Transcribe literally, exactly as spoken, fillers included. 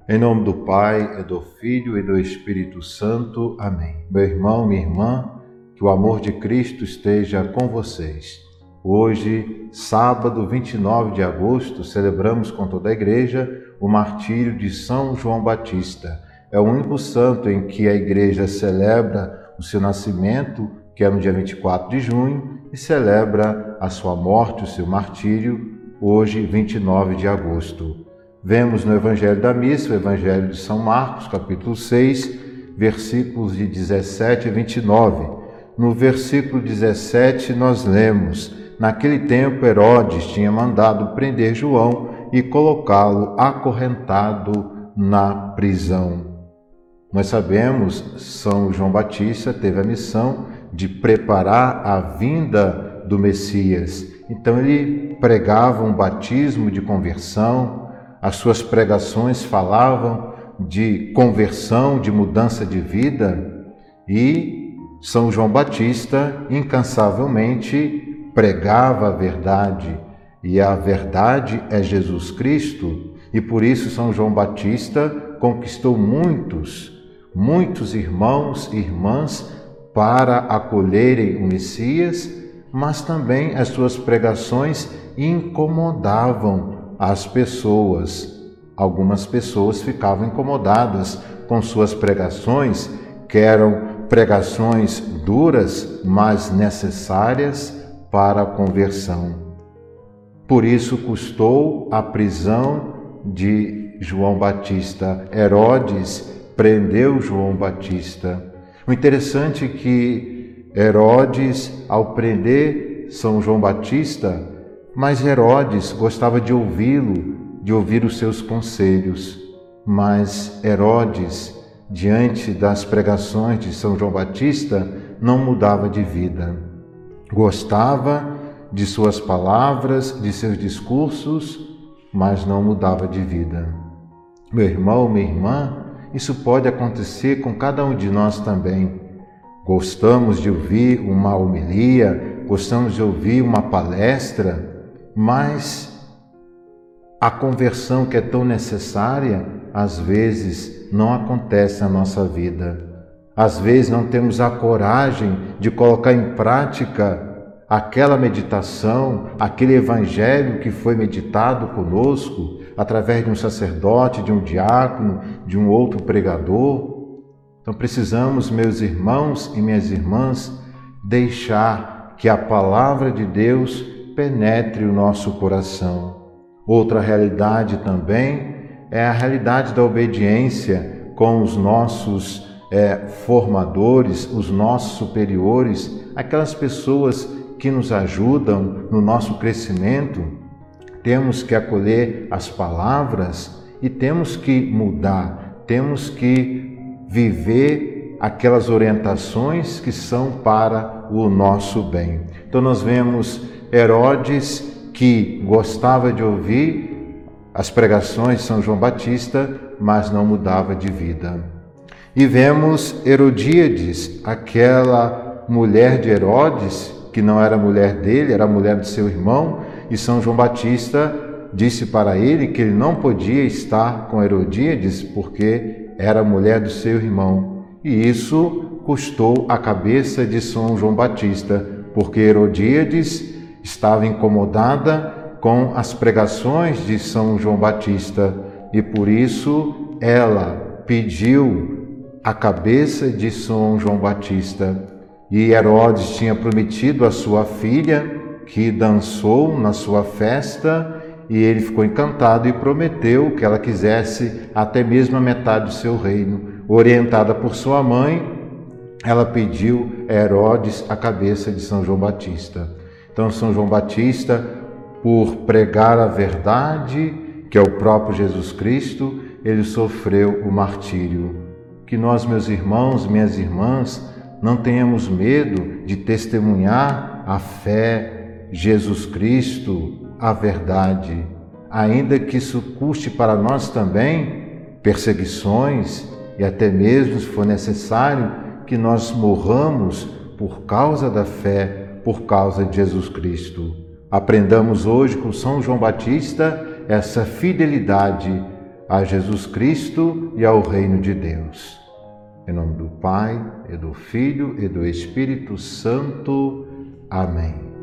Em nome do Pai, e do Filho e do Espírito Santo. Amém. Meu irmão, minha irmã, que o amor de Cristo esteja com vocês. Hoje, sábado vinte e nove de agosto, celebramos com toda a Igreja o martírio de São João Batista. É o único santo em que a Igreja celebra o seu nascimento, que é no dia vinte e quatro de junho, e celebra a sua morte, o seu martírio, hoje, vinte e nove de agosto. Vemos no Evangelho da Missa, o Evangelho de São Marcos, capítulo seis, versículos de dezessete a vinte e nove. No versículo dezessete nós lemos: naquele tempo Herodes tinha mandado prender João e colocá-lo acorrentado na prisão. Nós sabemos, São João Batista teve a missão de preparar a vinda do Messias. Então ele pregava um batismo de conversão. As suas pregações falavam de conversão, de mudança de vida, e São João Batista incansavelmente pregava a verdade, e a verdade é Jesus Cristo, e por isso São João Batista conquistou muitos, muitos irmãos e irmãs para acolherem o Messias, mas também as suas pregações incomodavam as pessoas. Algumas pessoas ficavam incomodadas com suas pregações, que eram pregações duras, mas necessárias para a conversão. Por isso custou a prisão de João Batista. Herodes prendeu João Batista. O interessante é que Herodes, ao prender São João Batista, mas Herodes gostava de ouvi-lo, de ouvir os seus conselhos. Mas Herodes, diante das pregações de São João Batista, não mudava de vida. Gostava de suas palavras, de seus discursos, mas não mudava de vida. Meu irmão, minha irmã, isso pode acontecer com cada um de nós também. Gostamos de ouvir uma homilia, gostamos de ouvir uma palestra, mas a conversão que é tão necessária, às vezes não acontece na nossa vida. Às vezes não temos a coragem de colocar em prática aquela meditação, aquele evangelho que foi meditado conosco, através de um sacerdote, de um diácono, de um outro pregador. Então precisamos, meus irmãos e minhas irmãs, deixar que a palavra de Deus penetre o nosso coração. Outra realidade também é a realidade da obediência com os nossos é, formadores, os nossos superiores, aquelas pessoas que nos ajudam no nosso crescimento. Temos que acolher as palavras e temos que mudar, temos que viver aquelas orientações que são para o nosso bem. Então nós vemos Herodes, que gostava de ouvir as pregações de São João Batista, mas não mudava de vida. E vemos Herodíades, aquela mulher de Herodes, que não era mulher dele, era mulher de seu irmão, e São João Batista disse para ele que ele não podia estar com Herodíades porque era mulher do seu irmão. E isso custou a cabeça de São João Batista, porque Herodíades estava incomodada com as pregações de São João Batista e por isso ela pediu a cabeça de São João Batista. E Herodes tinha prometido a sua filha, que dançou na sua festa, e ele ficou encantado e prometeu que ela quisesse até mesmo a metade do seu reino. Orientada por sua mãe, ela pediu a Herodes a cabeça de São João Batista. Então, São João Batista, por pregar a verdade, que é o próprio Jesus Cristo, ele sofreu o martírio. Que nós, meus irmãos, minhas irmãs, não tenhamos medo de testemunhar a fé, Jesus Cristo, a verdade, ainda que isso custe para nós também perseguições e até mesmo, se for necessário, que nós morramos por causa da fé, por causa de Jesus Cristo. Aprendamos hoje com São João Batista essa fidelidade a Jesus Cristo e ao reino de Deus. Em nome do Pai, e do Filho e do Espírito Santo. Amém.